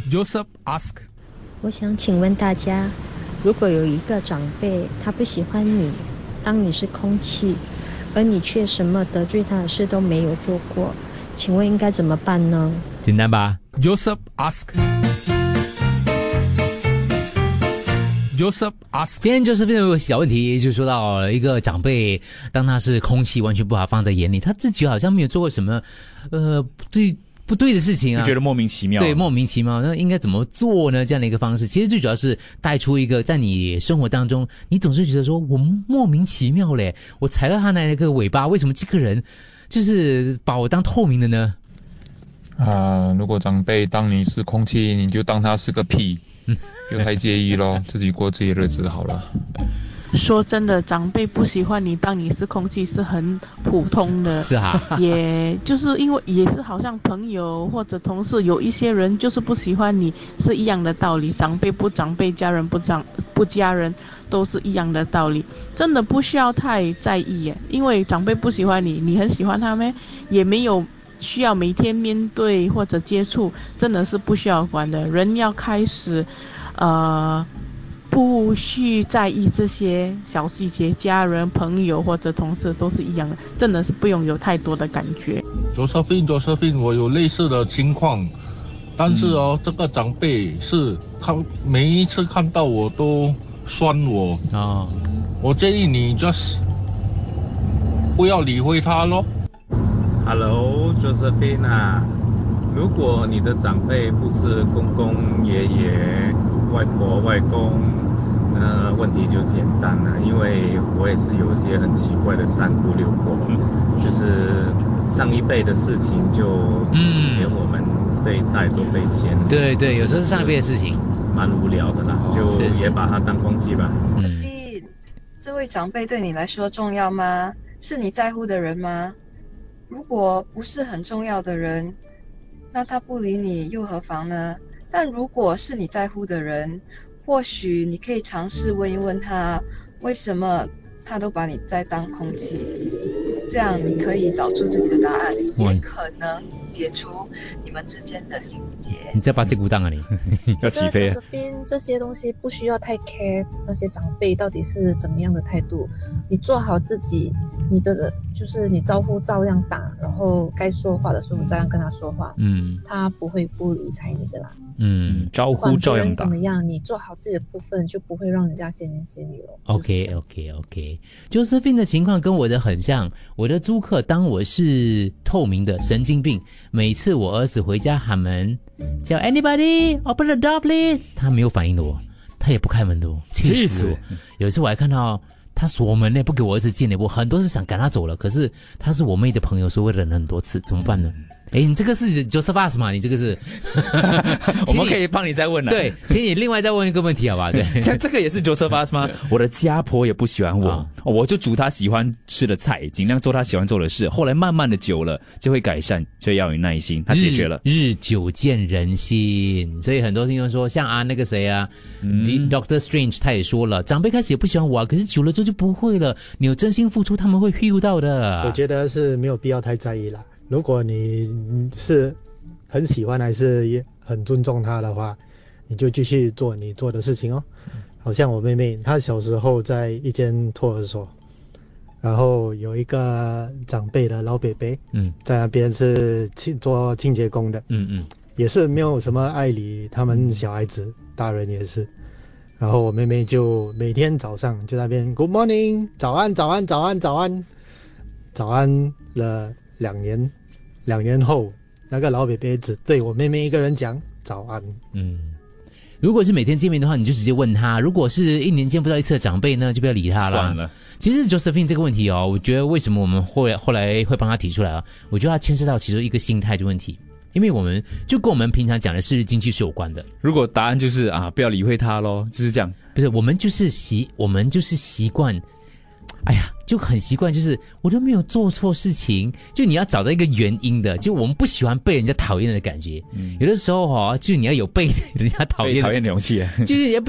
Joseph ask， 我想请问大家，如果有一个长辈他不喜欢你，当你是空气，而你却什么得罪他的事都没有做过，请问应该怎么办呢？ 简单吧 Joseph ask。Joseph ask， 今天就是有个小问题，就说到一个长辈，当他是空气，完全不把他放在眼里，他自己好像没有做过什么不对的事情啊， 就觉得莫名其妙。 对，莫名其妙，那应该怎么做呢？这样的一个方式，其实最主要是带出一个，在你生活当中，你总是觉得说我莫名其妙嘞，我踩到他那个尾巴，为什么这个人就是把我当透明的呢？ 如果长辈当你是空气，你就当他是个屁，不要太介意咯，自己过自己的日子好了。 说真的，长辈不喜欢你当你是空气是很普通的， 是哈， 也就是因为也是好像朋友或者同事，有一些人就是不喜欢你是一样的道理，长辈不长辈，家人不家人，都是一样的道理，真的不需要太在意耶，因为长辈不喜欢你，你很喜欢他们，也没有需要每天面对或者接触，真的是不需要管的。人要开始不需在意这些小细节，家人朋友或者同事都是一样的，真的是不用有太多的感觉。 Josephine， 我有类似的情况，但是这个长辈是每一次看到我都酸我我建议你 just 不要理会他咯。 Hello， Josephine 啊，如果你的长辈不是公公爷爷、外婆外公，那问题就简单了，因为我也是有一些很奇怪的三姑六婆，就是上一辈的事情就连我们这一代都被牵。 对对，有时候是上一辈的事情， 蛮无聊的啦，就也把它当空气吧。 这位长辈对你来说重要吗？是你在乎的人吗？如果不是很重要的人，那他不理你又何妨呢？但如果是你在乎的人，或许你可以尝试问一问他，为什么他都把你在当空气，这样你可以找出自己的答案，也可能解除你们之间的心结。 你在把这股当啊你要起飞啊！ 这些东西不需要太 care 那些长辈到底是怎么样的态度，你做好自己，你的就是你招呼照样打，然后该说话的时候照样跟他说话，他不会不理睬你的啦。 招呼照样打， 怎么样？你做好自己的部分，就不会让人家闲言闲语了。 OK。Josephine 的情况跟我的很像，我的租客当我是透明的神经病，每次我儿子回家喊门，叫 Anybody open the door please， 他没有反应的我，他也不开门的我，气死我！有一次我还看到他锁门呢，不给我儿子进呢，我很多次想赶他走了，可是他是我妹的朋友，所以我忍了很多次，怎么办呢？你这个是 Joseph 吗？你这个是我们可以帮你再问了。 对，请你另外再问一个问题好吧？对， 像这个也是 Joseph 吗？我的家婆也不喜欢我，我就煮她喜欢吃的菜，尽量做她喜欢做的事，后来慢慢的久了就会改善，所以要有耐心，他解决了。 日久见人心，所以很多听众说，像那个谁啊，Doctor Strange 他也说了，长辈开始也不喜欢我可是久了之后就不会了，你有真心付出，他们会 feel 到的。 我觉得是没有必要太在意啦。如果你是很喜欢还是也很尊重他的话，你就继续做你做的事情哦。好像我妹妹，她小时候在一间托儿所，然后有一个长辈的老伯伯，在那边是做清洁工的，也是没有什么爱理他们小孩子，大人也是。然后我妹妹就每天早上就在那边 Good morning， 早安早安早安早安早安了2年后，那个老伯伯只对我妹妹一个人讲早安。 如果是每天见面的话，你就直接问他；如果是1年见不到一次的长辈呢，就不要理他了。 算了。 其实 Josephine 这个问题我觉得为什么我们后来会帮他提出来我觉得他牵涉到其中一个心态的问题，因为我们就跟我们平常讲的是经济是有关的。 如果答案就是不要理会他咯，就是这样。 不是，我们就是习惯。哎呀，就很习惯，就是我都没有做错事情，就你要找到一个原因的，就我们不喜欢被人家讨厌的感觉。有的时候就你要有被人家讨厌的勇气， 就是要被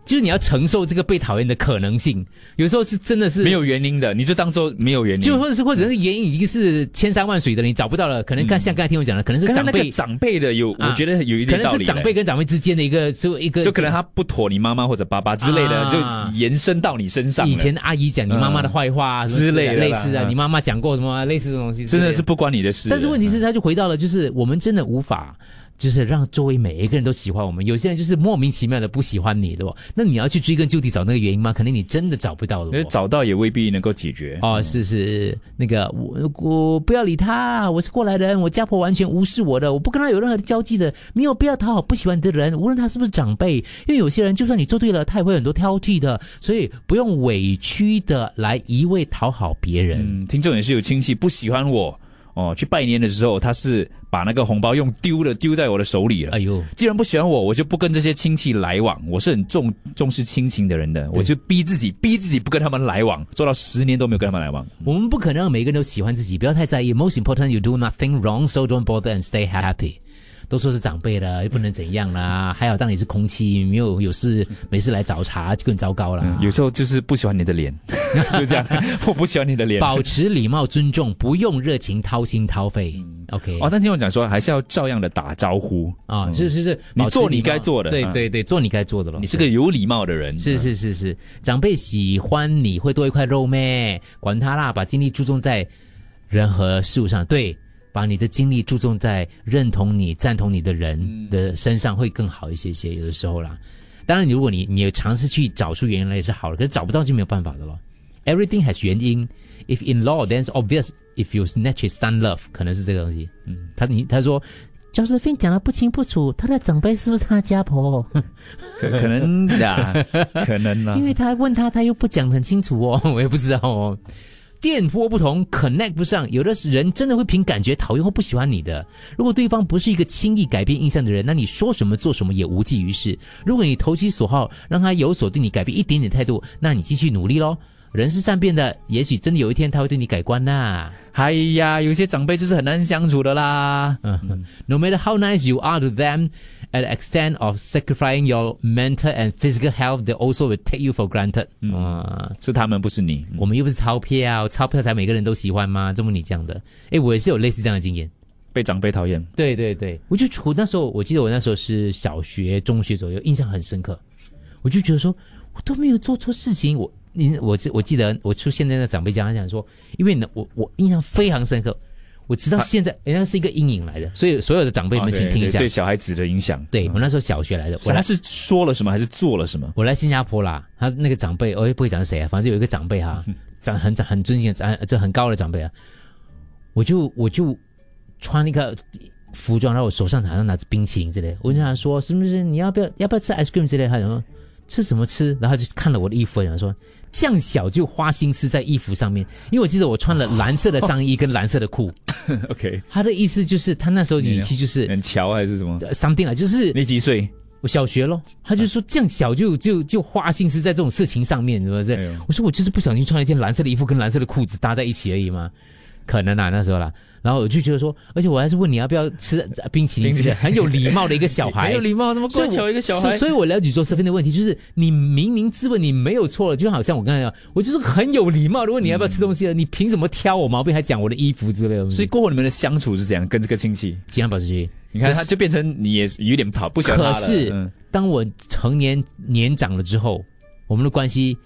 就是你要承受这个被讨厌的可能性，有时候是真的是没有原因的，你就当做没有原因， 就或者是原因已经是千山万水的，你找不到了，可能像刚才听我讲的，可能是长辈那个长辈的我觉得有一点道理， 可能是长辈跟长辈之间的一个就可能他不妥你妈妈或者爸爸之类的，就延伸到你身上了。 以前阿姨讲你妈妈的坏话之类的， 类似的，你妈妈讲过什么类似的东西， 真的是不关你的事。 但是问题是，他就回到了，就是我们真的无法。就是让周围每一个人都喜欢我们，有些人就是莫名其妙的不喜欢你的哦，那你要去追根究底找那个原因吗？可能你真的找不到的哦， 找到也未必能够解决哦。是那个我不要理他，我是过来人，我家婆完全无视我的，我不跟他有任何的交际的，没有必要讨好不喜欢你的人，无论他是不是长辈，因为有些人就算你做对了，他也会很多挑剔的，所以不用委屈的来一味讨好别人。 听众也是有亲戚不喜欢我。去拜年的时候，他是把那个红包用丢在我的手里了。 哎呦， 既然不喜欢我，我就不跟这些亲戚来往。我是很重视亲情的人的，我就逼自己不跟他们来往，做到10年都没有跟他们来往。 我们不可能让每个人都喜欢自己，不要太在意。Most important, you do nothing wrong, so don't bother and stay happy. 都说是长辈了，又不能怎样啦。还好当你是空气，没有事没事来找茬，就更糟糕了。 有时候就是不喜欢你的脸，就这样。我不喜欢你的脸。 保持礼貌尊重，不用热情掏心掏肺。OK。 但听我讲说，还是要照样的打招呼啊。是， 你做你该做的。 对，做你该做的咯。 你是个有礼貌的人。 是。长辈喜欢你会多一块肉咩？管他啦，把精力注重在人和事物上。对。把你的精力注重在认同你、赞同你的人的身上会更好一些，有的时候啦。当然，如果你有尝试去找出原因来也是好的，可是找不到就没有办法的咯。Everything has 原因 ，if in law, then it's obvious. If you naturally son love， 可能是这个东西。他说 ，Josephine 讲得不清不楚，他的长辈是不是他家婆？ 可能的，可能啦。 因为他问他又不讲很清楚哦，我也不知道哦。电波不同 ，connect 不上，有的人真的会凭感觉讨厌或不喜欢你的。如果对方不是一个轻易改变印象的人，那你说什么做什么也无济于事。如果你投其所好，让他有所对你改变一点点态度，那你继续努力咯。人是善变的，也许真的有一天他会对你改观呐。 哎呀，有些长辈就是很难相处的啦。 No matter how nice you are to them, at the extent of sacrificing your mental and physical health, they also will take you for granted. 是他们不是你， 我们又不是钞票才每个人都喜欢吗？这么你这样的，我也是有类似这样的经验， 被长辈讨厌。 对，我那时候我记得我那时候是小学、中学左右，印象很深刻。我就觉得说，我都没有做错事情，我记得我出现在那长辈家，他讲说，因为呢，我印象非常深刻，我直到现在，那是一个阴影来的，所以所有的长辈们请听一下， 对小孩子的影响。 对我那时候小学来的， 他是说了什么还是做了什么？ 我来新加坡啦，他那个长辈，我也不会讲是谁啊，反正有一个长辈哈，很尊敬的，就很高的长辈啊，我就穿那个服装，然后我手上好像拿着冰淇淋之类的，我就跟他说，是不是你要不要吃 ice cream 之类的？他讲说吃什么吃？然后他就看了我的衣服，然后说这样小就花心思在衣服上面，因为我记得我穿了蓝色的上衣跟蓝色的裤。 OK， 他的意思就是他那时候语气就是很乔还是什么 something 啊，就是你几岁？ 我小学咯。他就说这样小就花心思在这种事情上面，是不是？我说我就是不小心穿了一件蓝色的衣服跟蓝色的裤子搭在一起而已嘛。可能啊，那时候啦，然后我就觉得说，而且我还是问你要不要吃冰淇淋，很有礼貌的一个小孩， 很有礼貌，那么乖巧一个小孩， 所以我了解说Josephine的问题就是，你明明自问你没有错了，就好像我刚才讲，我就是很有礼貌的问你要不要吃东西了，你凭什么挑我毛病，还讲我的衣服之类的？ 所以过后你们的相处是怎样？跟这个亲戚尽量保持距离。 你看他就变成你也有点不喜欢他了。 可是当我成年长了之后，我们的关系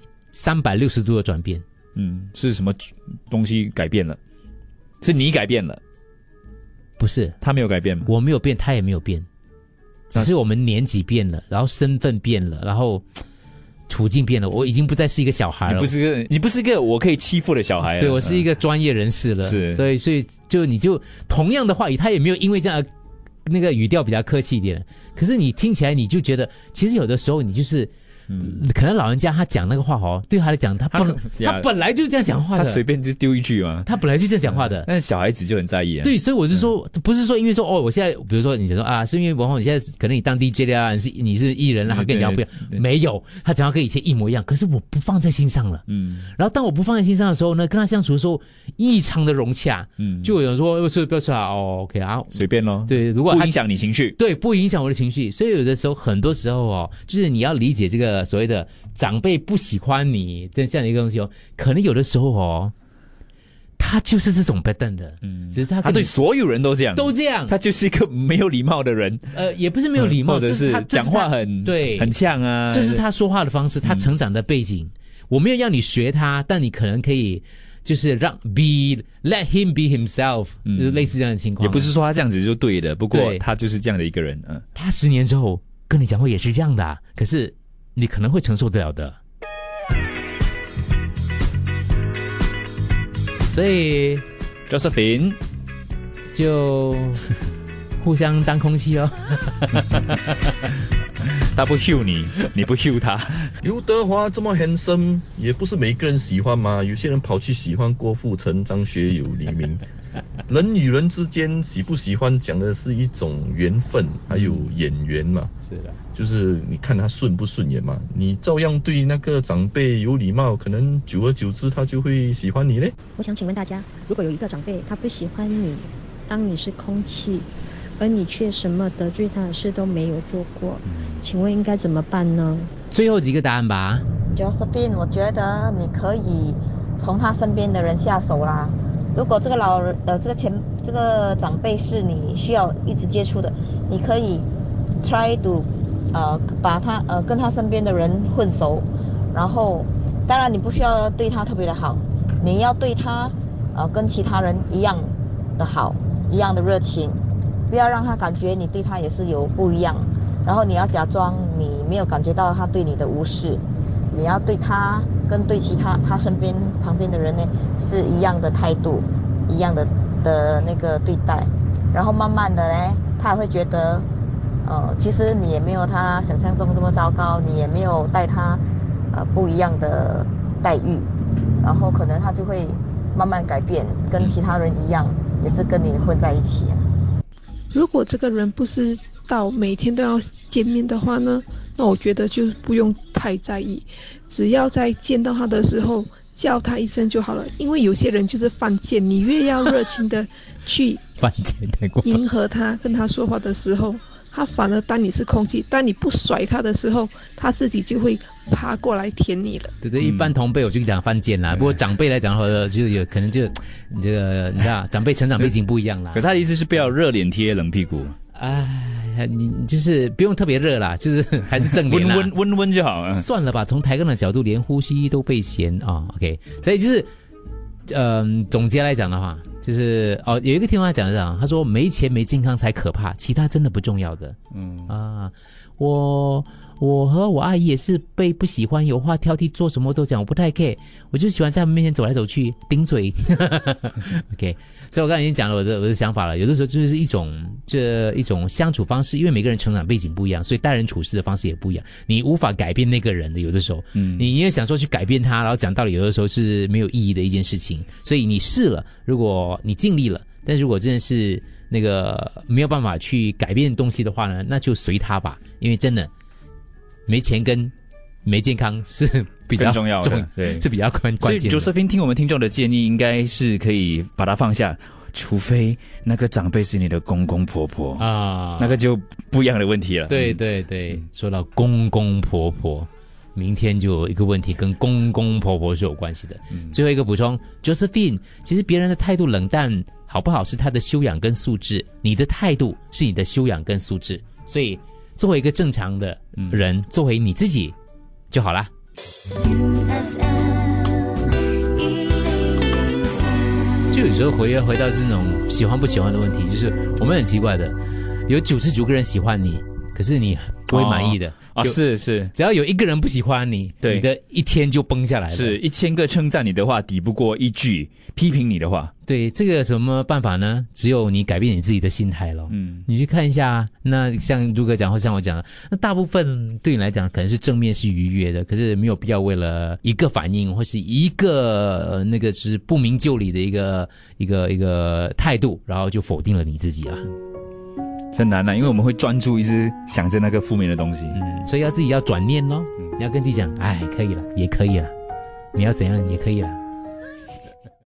360度的转变。 是什么东西改变了？是你改变了， 不是他没有改变吗？ 我没有变，他也没有变，只是我们年纪变了，然后身份变了，然后处境变了。我已经不再是一个小孩了， 你不是一个我可以欺负的小孩了。 对，我是一个专业人士了。 是， 所以就你就同样的话语，他也没有因为这样那个语调比较客气一点，可是你听起来你就觉得，其实有的时候你就是。可能老人家他讲那个话对他来讲，他本来就是这样讲话的， 他随便就丢一句嘛， 他本来就这样讲话的。 但是小孩子就很在意啊。 对，所以我是说，不是说因为说我现在比如说你说啊，是因为王宏你现在可能你当 DJ 啊，你是艺人啦，他跟你讲不一样，没有，他讲话跟以前一模一样，可是我不放在心上了。然后当我不放在心上的时候呢，跟他相处的时候异常的融洽。就有人说不要吃啊，OK 啊， 随便咯。 对，如果不影响你情绪， 对，不影响我的情绪，所以有的时候很多时候就是你要理解这个。 个所谓的长辈不喜欢你的这样的一个东西哦，可能有的时候哦，他就是这种 pattern 的，只是他对所有人都这样，他就是一个没有礼貌的人， 也不是没有礼貌， 或者是讲话很呛啊， 这是他说话的方式，他成长的背景，我没有让你学他，但你可能可以就是let him be himself，就是类似这样的情况。 也不是说他这样子就对的，不过他就是这样的一个人， 他10年之后跟你讲话也是这样的，可是你可能会承受得了的。所以 Josephine 就互相当空气哦。 他不 hug 你，你不 hug 他。 刘德华这么 handsome， 也不是每个人喜欢嘛。有些人跑去喜欢郭富城、张学友、黎明。人与人之间喜不喜欢，讲的是一种缘分，还有眼缘嘛。 是的， 就是你看他顺不顺眼嘛。你照样对那个长辈有礼貌，可能久而久之他就会喜欢你嘞。 我想请问大家，如果有一个长辈他不喜欢你，当你是空气，而你却什么得罪他的事都没有做过，请问应该怎么办呢？ 最后几个答案吧。 Josephine， 我觉得你可以从他身边的人下手啦。如果这个长辈是你需要一直接触的，你可以 try to 把他跟他身边的人混熟，然后当然你不需要对他特别的好，你要对他跟其他人一样的好，一样的热情，不要让他感觉你对他也是有不一样，然后你要假装你没有感觉到他对你的无视，你要对他跟对其他他身边旁边的人呢是一样的态度，一样的那个对待，然后慢慢的呢，他也会觉得，其实你也没有他想象中这么糟糕，你也没有带他不一样的待遇，然后可能他就会慢慢改变，跟其他人一样，也是跟你混在一起。 如果这个人不是到每天都要见面的话呢，那我觉得就不用太在意，只要在见到他的时候叫他一声就好了。因为有些人就是犯贱，你越要热情的去犯贱太过分， 迎合他，跟他说话的时候，他反而当你是空气，当你不甩他的时候，他自己就会爬过来舔你了。 对，一般同辈我就讲犯贱啦，不过长辈来讲的话，就有可能就这个你知道，长辈成长背景不一样啦。 可是他的意思是不要热脸贴冷屁股。 你就是不用特别热啦，就是还是正脸啦， 温就好。 算了吧，从抬杠的角度，连呼吸都被嫌啊。OK， 所以就是总结来讲的话，就是有一个听众讲的这样，他说没钱没健康才可怕，其他真的不重要的。我和我阿姨也是被不喜欢，有话挑剔，做什么都讲，我不太 care， 我就喜欢在他们面前走来走去，顶嘴。OK， 所以我刚才已经讲了我的想法了，有的时候就是一种相处方式，因为每个人成长背景不一样，所以待人处事的方式也不一样，你无法改变那个人的，有的时候，你也想说去改变他，然后讲道理，有的时候是没有意义的一件事情，所以你试了，如果你尽力了，但是如果真的是那个没有办法去改变东西的话呢，那就随他吧，因为真的。没钱跟没健康是比较重要的，对， 是比较关键的。 所以 Josephine 听我们听众的建议，应该是可以把它放下，除非那个长辈是你的公公婆婆啊，那个就不一样的问题了。 对，说到公公婆婆，明天就有一个问题跟公公婆婆是有关系的。最后一个补充 ，Josephine， 其实别人的态度冷淡好不好是他的修养跟素质，你的态度是你的修养跟素质，所以。作为一个正常的人，做回你自己就好啦。就有时候回到这种喜欢不喜欢的问题，就是我们很奇怪的，有99个人喜欢你，可是你不会满意的。 是， 只要有一个人不喜欢你， 对， 你的一天就崩下来了。 是1000个称赞你的话，抵不过一句批评你的话。 对，这个有什么办法呢？只有你改变你自己的心态咯。你去看一下，那像如哥讲或像我讲的，那大部分对你来讲可能是正面是愉悦的，可是没有必要为了一个反应或是一个那个就是不明就里的一个态度，然后就否定了你自己啊。 很难因为我们会专注一直想着那个负面的东西， 所以自己要转念咯，你要跟自己讲，可以了，也可以了，你要怎样也可以了。